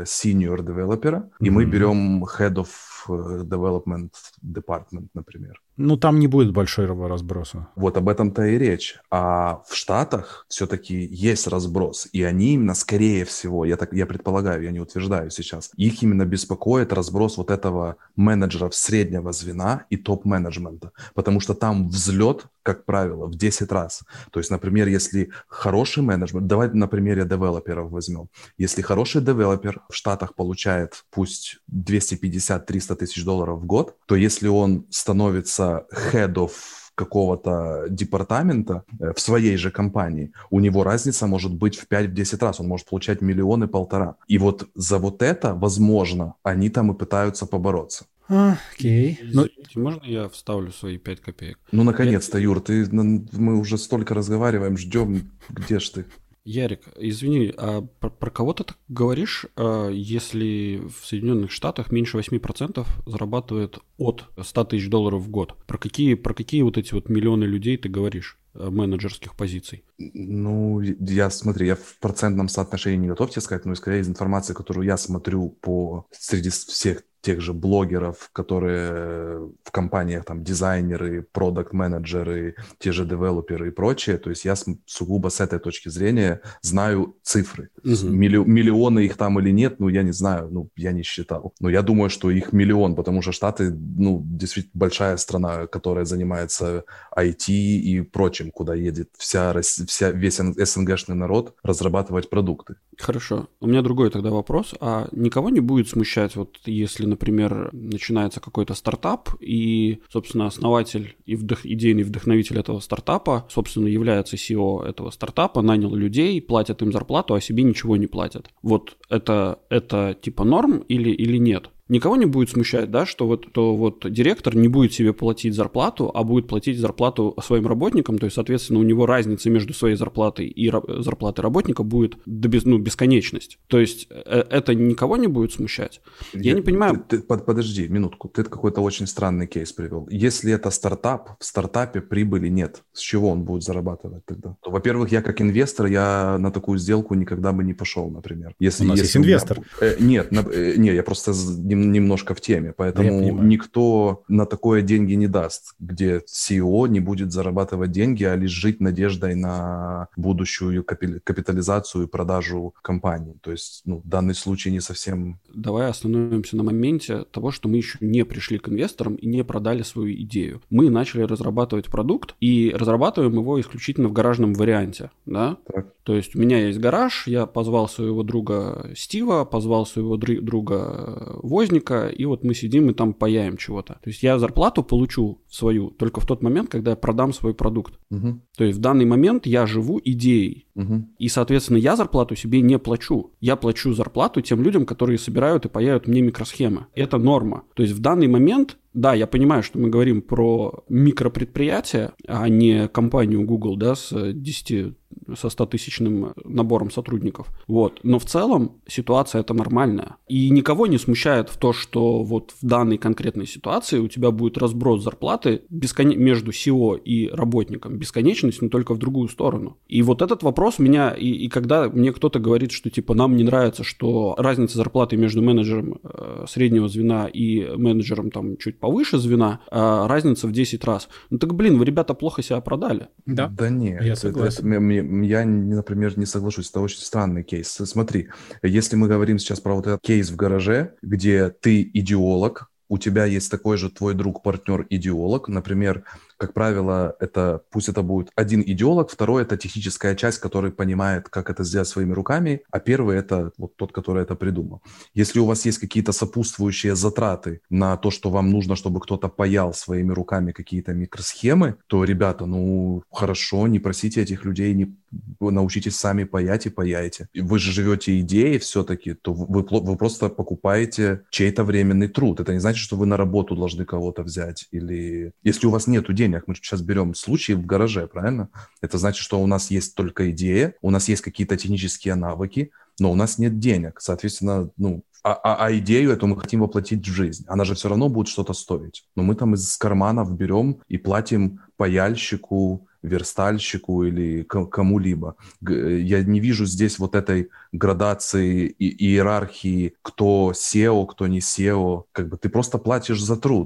senior девелопера, и мы берем head of development department, например. Ну, там не будет большого разброса. Вот об этом-то и речь. А в Штатах все-таки есть разброс. И они именно, скорее всего, я предполагаю, я не утверждаю сейчас, их именно беспокоит разброс вот этого менеджеров среднего звена и топ-менеджмента. Потому что там взлет, как правило, в 10 раз. То есть, например, если хороший менеджмент, давай на примере девелоперов возьмем. Если хороший девелопер в Штатах получает пусть 250-300 тысяч долларов в год, то если он становится head of какого-то департамента в своей же компании, у него разница может быть в 5-10 раз. Он может получать 1,5 миллиона. И вот за вот это, возможно, они там и пытаются побороться. Окей. Можно я вставлю свои 5 копеек? Ну, наконец-то, Юр, мы уже столько разговариваем, ждем, где ж ты? Ярик, извини, а про кого ты так говоришь, если в Соединенных Штатах меньше 8% зарабатывает от 100 тысяч долларов в год? Про какие вот эти вот миллионы людей ты говоришь, менеджерских позиций? Ну, смотри, я в процентном соотношении не готов тебе сказать, но исходя из информации, которую я смотрю среди всех тех же блогеров, которые в компаниях, там, дизайнеры, продакт-менеджеры, те же девелоперы и прочее, то есть я сугубо с этой точки зрения знаю цифры. Миллионы их там или нет, ну, я не знаю, я не считал. Но я думаю, что их миллион, потому что Штаты, действительно большая страна, которая занимается IT и прочим, куда едет весь СНГшный народ разрабатывать продукты. Хорошо. У меня другой тогда вопрос. А никого не будет смущать, вот если, например, начинается какой-то стартап, и, собственно, основатель и идейный вдохновитель этого стартапа, собственно, является CEO этого стартапа, нанял людей, платят им зарплату, а себе ничего не платят. Вот это типа норм или нет? Никого не будет смущать, да, что вот директор не будет себе платить зарплату, а будет платить зарплату своим работникам, то есть, соответственно, у него разница между своей зарплатой и зарплатой работника будет бесконечность. То есть это никого не будет смущать? Я не понимаю. Подожди минутку, ты какой-то очень странный кейс привел. Если это стартап, в стартапе прибыли нет. С чего он будет зарабатывать тогда? Во-первых, я как инвестор, я на такую сделку никогда бы не пошел, например. У нас есть инвестор. Нет, я просто немножко в теме, поэтому никто на такое деньги не даст, где CEO не будет зарабатывать деньги, а лишь жить надеждой на будущую капитализацию и продажу компании. То есть, данный случай не совсем... Давай остановимся на моменте того, что мы еще не пришли к инвесторам и не продали свою идею. Мы начали разрабатывать продукт и разрабатываем его исключительно в гаражном варианте, да? Так. То есть у меня есть гараж, я позвал своего друга Стива, позвал своего друга Возника, и вот мы сидим и там паяем чего-то. То есть я зарплату получу свою только в тот момент, когда я продам свой продукт. Угу. То есть в данный момент я живу идеей. Угу. И, соответственно, я зарплату себе не плачу. Я плачу зарплату тем людям, которые собирают и паяют мне микросхемы. Это норма. То есть в данный момент, да, я понимаю, что мы говорим про микропредприятие, а не компанию Google, да, со 100-тысячным набором сотрудников. Вот. Но в целом ситуация это нормальная. И никого не смущает в то, что вот в данной конкретной ситуации у тебя будет разброс зарплаты между CEO и работником. Бесконечность, но только в другую сторону. И вот этот вопрос меня... И когда мне кто-то говорит, что типа нам не нравится, что разница зарплаты между менеджером среднего звена и менеджером там чуть повыше звена, разница в 10 раз. Ну так, блин, вы, ребята, плохо себя продали. Да, нет. Я согласен. Я, например, не соглашусь. Это очень странный кейс. Смотри, если мы говорим сейчас про вот этот кейс в гараже, где ты идеолог, у тебя есть такой же твой друг-партнер идеолог, например, как правило, пусть это будет один идеолог, второй — это техническая часть, который понимает, как это сделать своими руками, а первый — это вот тот, который это придумал. Если у вас есть какие-то сопутствующие затраты на то, что вам нужно, чтобы кто-то паял своими руками какие-то микросхемы, то, ребята, хорошо, не просите этих людей, научитесь сами паять и паяйте. Вы же живете идеей все-таки, то вы просто покупаете чей-то временный труд. Это не значит, что вы на работу должны кого-то взять. Или если у вас нету денег, мы сейчас берем случай в гараже, правильно? Это значит, что у нас есть только идея, у нас есть какие-то технические навыки, но у нас нет денег. Соответственно, а идею эту мы хотим воплотить в жизнь. Она же все равно будет что-то стоить. Но мы там из карманов берем и платим паяльщику, верстальщику или кому-либо. Я не вижу здесь вот этой градации и иерархии, кто SEO, кто не SEO. Как бы ты просто платишь за труд.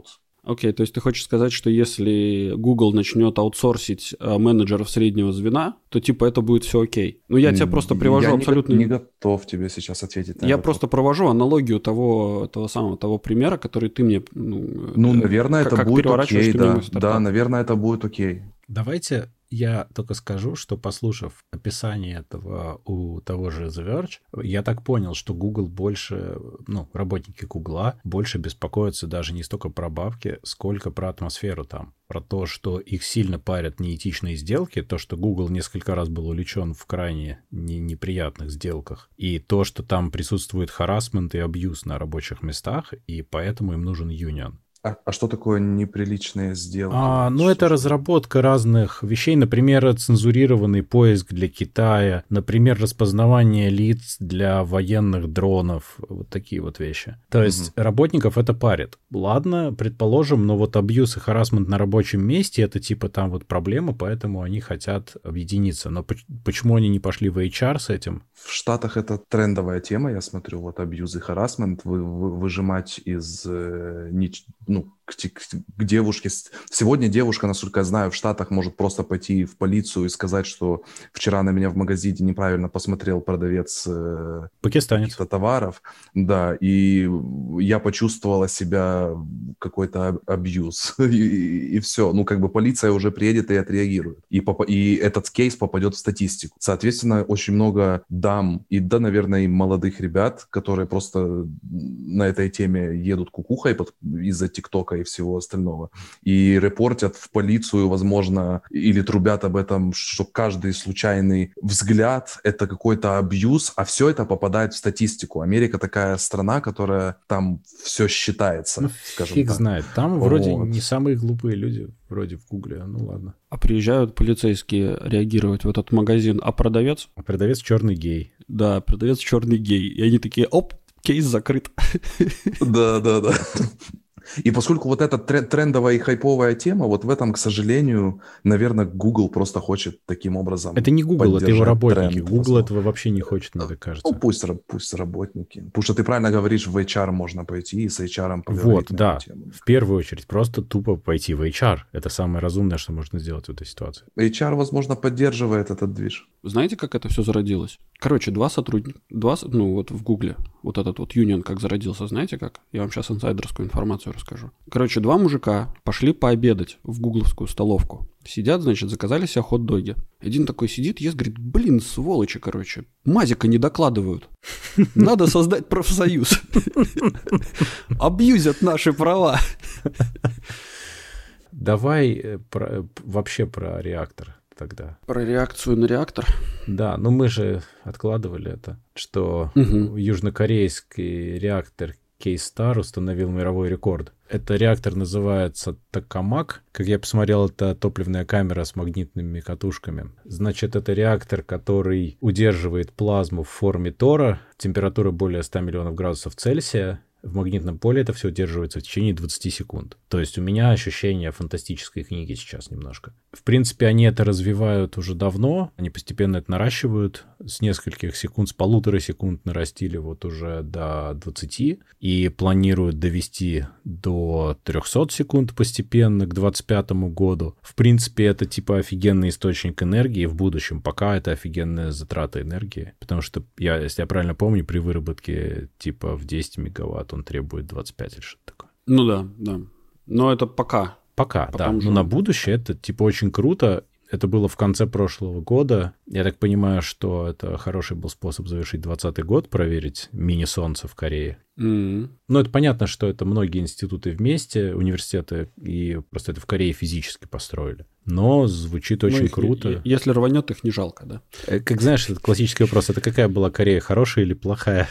Окей, то есть ты хочешь сказать, что если Google начнет аутсорсить менеджеров среднего звена, то типа это будет все окей. Ну, я тебе просто привожу абсолютно... Я не готов тебе сейчас ответить на Я этот просто провожу аналогию того примера, который ты мне... наверное, это будет окей, да. Да, наверное, это будет окей. Давайте я только скажу, что, послушав описание этого у того же The Verge, я так понял, что Google больше, работники Гугла больше беспокоятся даже не столько про бабки, сколько про атмосферу там. Про то, что их сильно парят неэтичные сделки, то, что Google несколько раз был увлечен в крайне неприятных сделках, и то, что там присутствует харассмент и абьюз на рабочих местах, и поэтому им нужен юнион. А что такое неприличные сделки? Это разработка разных вещей, например, цензурированный поиск для Китая, например, распознавание лиц для военных дронов, вот такие вот вещи. То есть работников это парит. Ладно, предположим, но вот абьюз и харассмент на рабочем месте, это типа там вот проблема, поэтому они хотят объединиться. Но почему они не пошли в HR с этим? В Штатах это трендовая тема, я смотрю, вот абьюз и харассмент, выжимать из... к девушке. Сегодня девушка, насколько я знаю, в Штатах может просто пойти в полицию и сказать, что вчера на меня в магазине неправильно посмотрел продавец каких-то товаров. Да, и я почувствовала себя какой-то абьюз. И все. Полиция уже приедет и отреагирует. И этот кейс попадет в статистику. Соответственно, очень много дам и, наверное, и молодых ребят, которые просто на этой теме едут кукухой из-за ТикТока и всего остального. И репортят в полицию, возможно, или трубят об этом, что каждый случайный взгляд — это какой-то абьюз, а все это попадает в статистику. Америка такая страна, которая там все считается, скажем фиг так. знает. Там вроде не самые глупые люди, вроде в Гугле, ладно. А приезжают полицейские реагировать в этот магазин, а продавец? А продавец черный гей. Да, продавец черный гей. И они такие, оп, кейс закрыт. Да. И поскольку вот эта трендовая и хайповая тема, вот в этом, к сожалению, наверное, Google просто хочет таким образом это не Google, это его работники. Тренд, Google этого вообще не хочет, мне так кажется. Пусть работники. Потому что ты правильно говоришь, в HR можно пойти и с HR поговорить. Вот, да. В первую очередь, просто тупо пойти в HR. Это самое разумное, что можно сделать в этой ситуации. HR, возможно, поддерживает этот движ. Знаете, как это все зародилось? Короче, два сотрудника, вот в Гугле, вот этот вот Union как зародился, знаете как? Я вам сейчас инсайдерскую информацию расскажу. Короче, два мужика пошли пообедать в гугловскую столовку. Сидят, значит, заказали себе хот-доги. Один такой сидит, ест, говорит, блин, сволочи, короче, Мазика не докладывают. Надо создать профсоюз. Абьюзят наши права. Давай вообще про реактор тогда. Про реакцию на реактор? Да, мы же откладывали это, что южнокорейский реактор K-Star установил мировой рекорд. Это реактор называется Токамак. Как я посмотрел, это топливная камера с магнитными катушками. Значит, это реактор, который удерживает плазму в форме тора, температура более 100 миллионов градусов Цельсия. В магнитном поле это все удерживается в течение 20 секунд. То есть у меня ощущение фантастической книги сейчас немножко. В принципе, они это развивают уже давно. Они постепенно это наращивают. С нескольких секунд, с 1,5 секунд нарастили вот уже до 20. И планируют довести до 300 секунд постепенно к 2025 году. В принципе, это типа офигенный источник энергии в будущем. Пока это офигенная затрата энергии. Потому что, если я правильно помню, при выработке типа в 10 мегаватт он требует 25 или что-то такое. Ну да. Но это пока. Пока, да. Но на будущее это типа очень круто. Это было в конце прошлого года. Я так понимаю, что это хороший был способ завершить 2020 год, проверить мини-солнце в Корее. Mm-hmm. Ну, это понятно, что это многие институты вместе, университеты, и просто это в Корее физически построили. Но звучит очень круто. Если рванет, их не жалко, да? Как знаешь, это классический вопрос. Это какая была Корея, хорошая или плохая?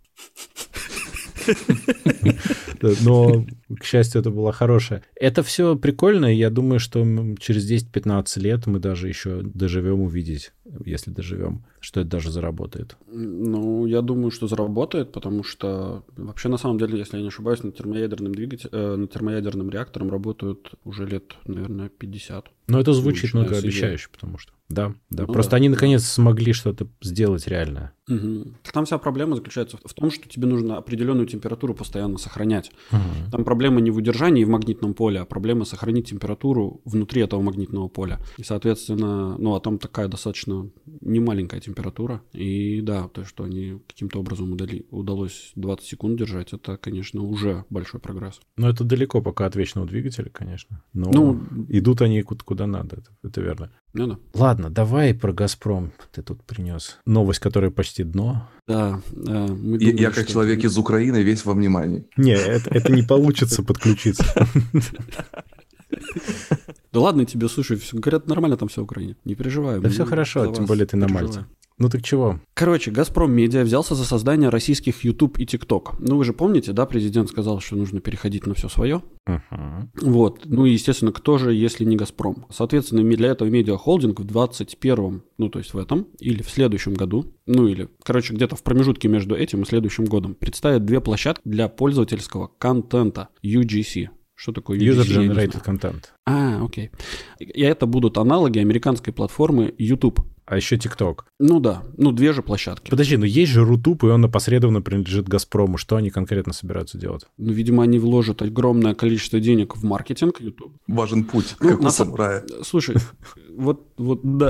Но, к счастью, это была хорошая. Это все прикольно, и я думаю, что через 10-15 лет мы даже еще доживем увидеть, если доживем, что это даже заработает. Ну, я думаю, что заработает, потому что вообще, на самом деле, если я не ошибаюсь, над термоядерным реактором работают уже лет, наверное, 50. Но это звучит многообещающе, потому что... Да. Просто они наконец смогли что-то сделать реальное. Угу. Там вся проблема заключается в том, что тебе нужно определенную температуру постоянно сохранять. Там проблема не в удержании в магнитном поле, а проблема сохранить температуру внутри этого магнитного поля. И, соответственно, а там такая достаточно немаленькая температура. И да, то, что они каким-то образом удалось 20 секунд держать, это, конечно, уже большой прогресс. Но это далеко пока от вечного двигателя, конечно. Но идут они куда надо, это верно. Да. Ладно, давай про «Газпром». Ты тут принес новость, которая почти дно. Да. Я как человек из Украины весь во внимании. Не, это не получится подключиться. Да ладно тебе, слушай, говорят, нормально там все в Украине. Не переживай. Да все хорошо, тем более ты на Мальте. Ну так чего? Короче, «Газпром Медиа» взялся за создание российских YouTube и TikTok. Ну вы же помните, да, президент сказал, что нужно переходить на все свое. Вот. Ну и, естественно, кто же, если не «Газпром»? Соответственно, для этого медиахолдинг в 21-м, ну то есть в этом, или в следующем году, где-то в промежутке между этим и следующим годом представит две площадки для пользовательского контента UGC. Что такое UGC? User-Generated Content. Окей. И это будут аналоги американской платформы YouTube. А еще TikTok. Ну да, две же площадки. Подожди, есть же Рутуб, и он опосредованно принадлежит «Газпрому». Что они конкретно собираются делать? Видимо, они вложат огромное количество денег в маркетинг YouTube. Важен путь, как у самурая. Слушай, вот да.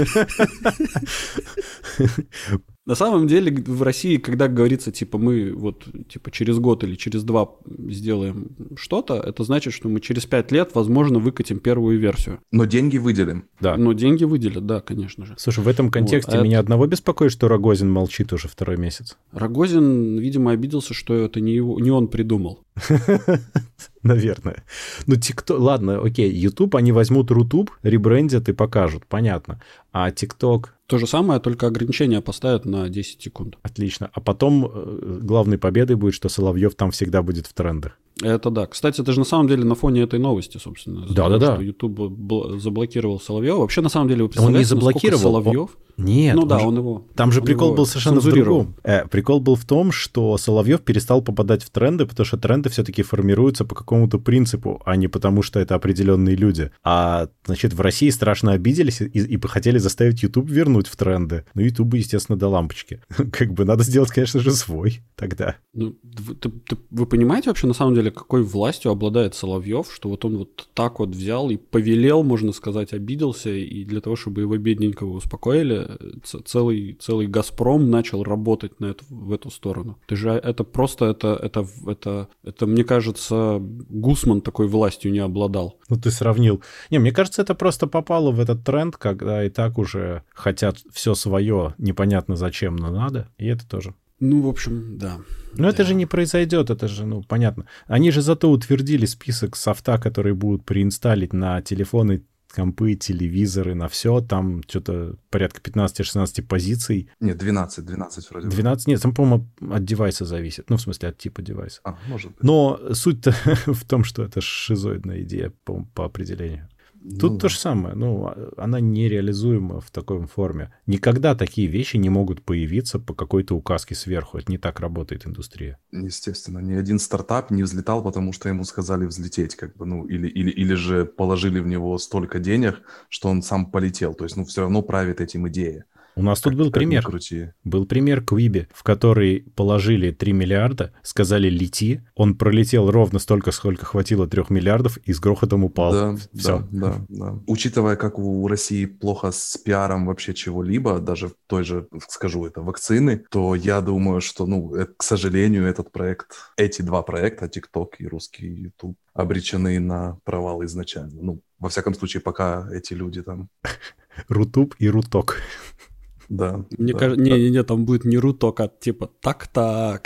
На самом деле в России, когда говорится, мы через год или через 2 сделаем что-то, это значит, что мы через 5 лет, возможно, выкатим первую версию. Но деньги выделим. Да. Но деньги выделят, да, конечно же. Слушай, в этом контексте меня одного беспокоит, что Рогозин молчит уже 2-й месяц. Рогозин, видимо, обиделся, что это не он придумал. Наверное. TikTok... Ладно, окей, YouTube, они возьмут Рутуб, ребрендят и покажут, понятно. А TikTok... То же самое, только ограничения поставят на 10 секунд. Отлично. А потом главной победой будет, что Соловьев там всегда будет в трендах. Это да. Кстати, это же на самом деле на фоне этой новости, собственно. Да. Что YouTube заблокировал Соловьева. Вообще, на самом деле, вы представляете, он не заблокировал. Соловьев... Нет. он его... Там же прикол был совершенно в другом. Прикол был в том, что Соловьев перестал попадать в тренды, потому что тренды все-таки формируются по какому-то принципу, а не потому, что это определенные люди. А, значит, в России страшно обиделись и хотели заставить YouTube вернуть в тренды. YouTube, естественно, до лампочки. Надо сделать, конечно же, свой тогда. Вы понимаете вообще, на самом деле, какой властью обладает Соловьев, что он так взял и повелел, можно сказать, обиделся, и для того, чтобы его бедненького успокоили, целый «Газпром» начал работать в эту сторону. Это просто, это, мне кажется, Гусман такой властью не обладал. Ты сравнил. Мне кажется, это просто попало в этот тренд, когда и так уже хотят все свое, непонятно зачем, но надо, и это тоже. В общем, да. Но это же не произойдет, это же, понятно. Они же зато утвердили список софта, которые будут преинсталить на телефоны, компы, телевизоры, на все. Там что-то порядка 15-16 позиций. Нет, 12 вроде. 12? Нет, там, по-моему, от девайса зависит. В смысле, от типа девайса. Может быть. Но суть-то в том, что это шизоидная идея по определению. Тут то же самое. Она нереализуема в такой форме. Никогда такие вещи не могут появиться по какой-то указке сверху. Это не так работает индустрия. Естественно. Ни один стартап не взлетал, потому что ему сказали взлететь. Или же положили в него столько денег, что он сам полетел. То есть, все равно правит этим идея. У нас тут был пример. Был пример Quibi, в который положили 3 миллиарда, сказали «лети». Он пролетел ровно столько, сколько хватило 3 миллиардов, и с грохотом упал. Да. Учитывая, как у России плохо с пиаром вообще чего-либо, даже в той же, скажу это, вакцины, то я думаю, что, к сожалению, эти 2 проекта, TikTok и русский YouTube, обречены на провал изначально. Во всяком случае, пока эти люди там... Рутуб и Руток. Да. Мне кажется, не, там будет не Руток, а типа так-так.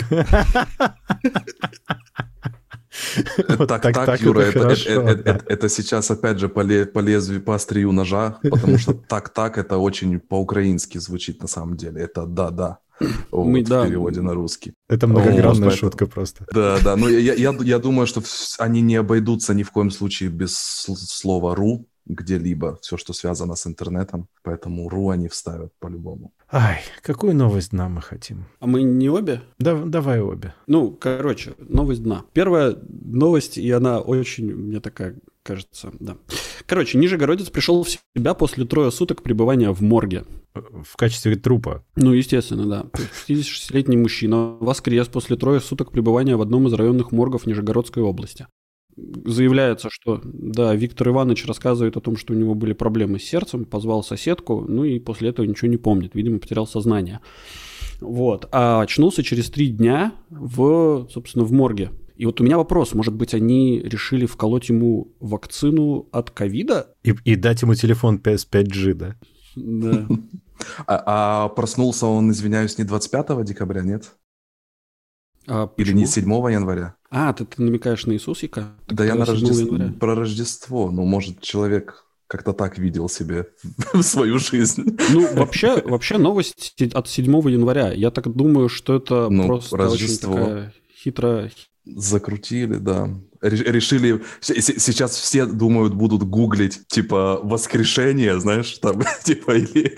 Так, Юра, это сейчас опять же по лезвию, по острию ножа, потому что так, это очень по-украински звучит на самом деле. Это да. В переводе на русский. Это многогранная шутка просто. Да, но я думаю, что они не обойдутся ни в коем случае без слова «ру» где-либо, все, что связано с интернетом, поэтому «ру» они вставят по-любому. Ай, какую новость дна мы хотим? А мы не обе? Давай обе. Новость дна. Первая новость, и она очень, мне такая кажется, да. Короче, нижегородец пришел в себя после 3 суток пребывания в морге. В качестве трупа. Ну, естественно, да. 56-летний мужчина воскрес после 3 суток пребывания в одном из районных моргов Нижегородской области. Заявляется, что, да, Виктор Иванович рассказывает о том, что у него были проблемы с сердцем, позвал соседку, ну и после этого ничего не помнит, видимо, потерял сознание. Вот. А очнулся через 3 дня собственно, в морге. И вот у меня вопрос, может быть, они решили вколоть ему вакцину от ковида? И дать ему телефон с 5G, да? Да. А проснулся он, извиняюсь, не 25 декабря, нет? Или не 7 января? Ты намекаешь на Иисусика? Да я про Рождество. Ну, может, человек как-то так видел себе свою жизнь. Ну, вообще новость от 7 января. Я так думаю, что это просто Рождество. Очень такая хитрая... Закрутили, да. Решили... Сейчас все, думают, будут гуглить, типа, воскрешение, знаешь, там, типа, или...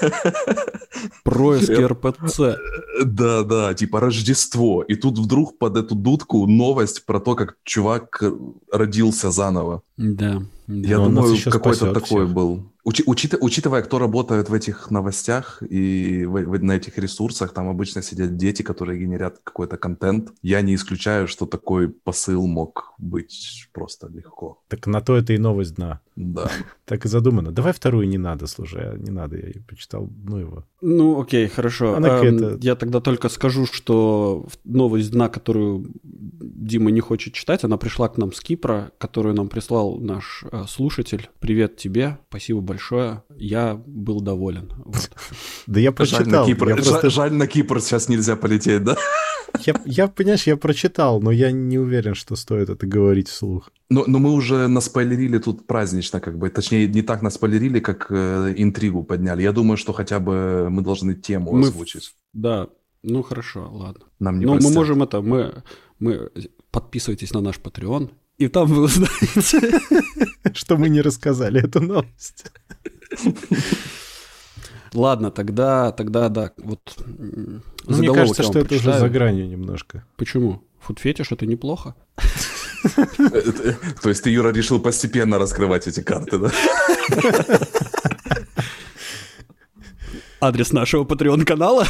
Происки РПЦ. Да, типа, Рождество. И тут вдруг под эту дудку новость про то, как чувак родился заново. Да. Я думаю, какой-то такой был. Учитывая, кто работает в этих новостях и на этих ресурсах, там обычно сидят дети, которые генерят какой-то контент. Я не исключаю, что такой посыл мог быть просто легко. Так на то это и новость дна. Да. Так и задумано. Давай вторую не надо, слушай, не надо, я ее почитал, ну его. Ну, окей, хорошо. Я тогда только скажу, что новость дна, которую Дима не хочет читать, она пришла к нам с Кипра, которую нам прислал наш слушатель. Привет тебе, спасибо большое, я был доволен. Вот. Да я прочитал. Жаль, на Кипр сейчас нельзя полететь, да? Понимаешь, я прочитал, но я не уверен, что стоит это говорить вслух. Но мы уже наспойлерили тут празднично, как бы. Точнее, не так наспойлерили, как интригу подняли. Я думаю, что хотя бы мы должны тему озвучить. Да, ну хорошо, ладно. Нам не простят. Мы можем мы подписывайтесь на наш Patreon, и там вы узнаете, что мы не рассказали эту новость. Ладно, тогда да, вот мне кажется, что это уже за гранью немножко. Почему? Фудфетиш — это неплохо. То есть ты, Юра, решил постепенно раскрывать эти карты, да? Адрес нашего Patreon-канала.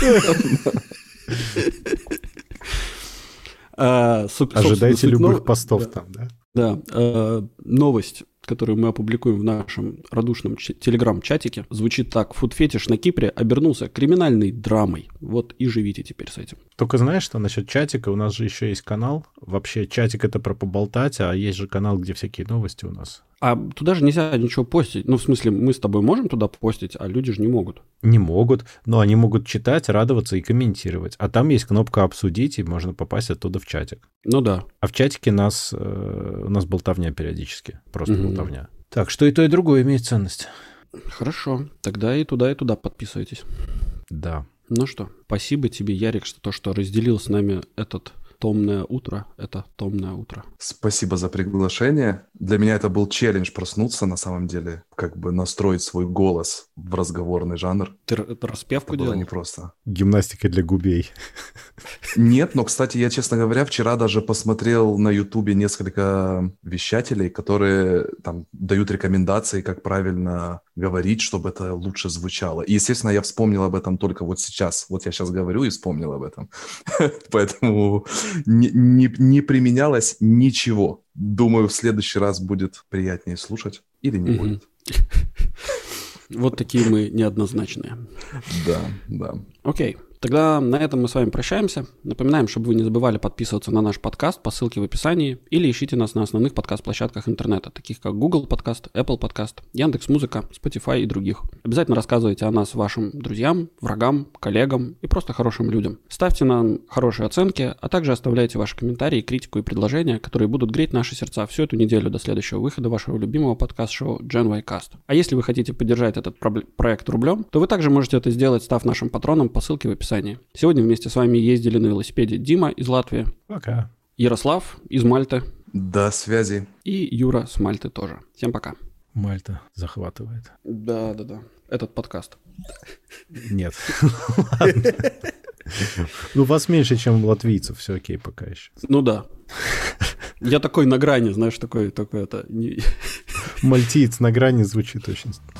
Ожидайте любых постов там, да? Да, новость, которую мы опубликуем в нашем радушном телеграм-чатике, звучит так: фудфетиш на Кипре обернулся криминальной драмой. Вот и живите теперь с этим. Только знаешь, что насчет чатика? У нас же еще есть канал. Вообще чатик — это про поболтать, а есть же канал, где всякие новости у нас. А туда же нельзя ничего постить. Ну, в смысле, мы с тобой можем туда постить, а люди же не могут. Не могут, но они могут читать, радоваться и комментировать. А там есть кнопка «Обсудить», и можно попасть оттуда в чатик. Ну да. А в чатике у нас болтовня периодически. Просто болтовня. Так, что и то, и другое имеет ценность. Хорошо. Тогда и туда подписывайтесь. Да. Ну что, спасибо тебе, Ярик, что разделил с нами это томное утро. Спасибо за приглашение. Для меня это был челлендж проснуться, на самом деле, как бы настроить свой голос в разговорный жанр. Ты распевку делал? Это было непросто. Гимнастика для губей. Нет, но, кстати, я, честно говоря, вчера даже посмотрел на Ютубе несколько вещателей, которые там дают рекомендации, как правильно говорить, чтобы это лучше звучало. И, естественно, я вспомнил об этом только вот сейчас. Вот я сейчас говорю и вспомнил об этом. Поэтому не применялось ничего. Думаю, в следующий раз будет приятнее слушать или не будет. Вот такие мы неоднозначные. Да. Окей. Тогда на этом мы с вами прощаемся. Напоминаем, чтобы вы не забывали подписываться на наш подкаст по ссылке в описании или ищите нас на основных подкаст-площадках интернета, таких как Google Подкаст, Apple Подкаст, Яндекс.Музыка, Spotify и других. Обязательно рассказывайте о нас вашим друзьям, врагам, коллегам и просто хорошим людям. Ставьте нам хорошие оценки, а также оставляйте ваши комментарии, критику и предложения, которые будут греть наши сердца всю эту неделю до следующего выхода вашего любимого подкаст-шоу Gen Y Cast. А если вы хотите поддержать этот проект рублем, то вы также можете это сделать, став нашим патроном по ссылке в описании. Сегодня вместе с вами ездили на велосипеде Дима из Латвии. Пока. Ярослав из Мальты. До связи. И Юра с Мальты тоже. Всем пока. Мальта захватывает. Да. Этот подкаст. Нет. Ну, вас меньше, чем латвийцев. Все окей пока еще. Ну да. Я такой на грани, знаешь, такой это... Мальтиец на грани звучит очень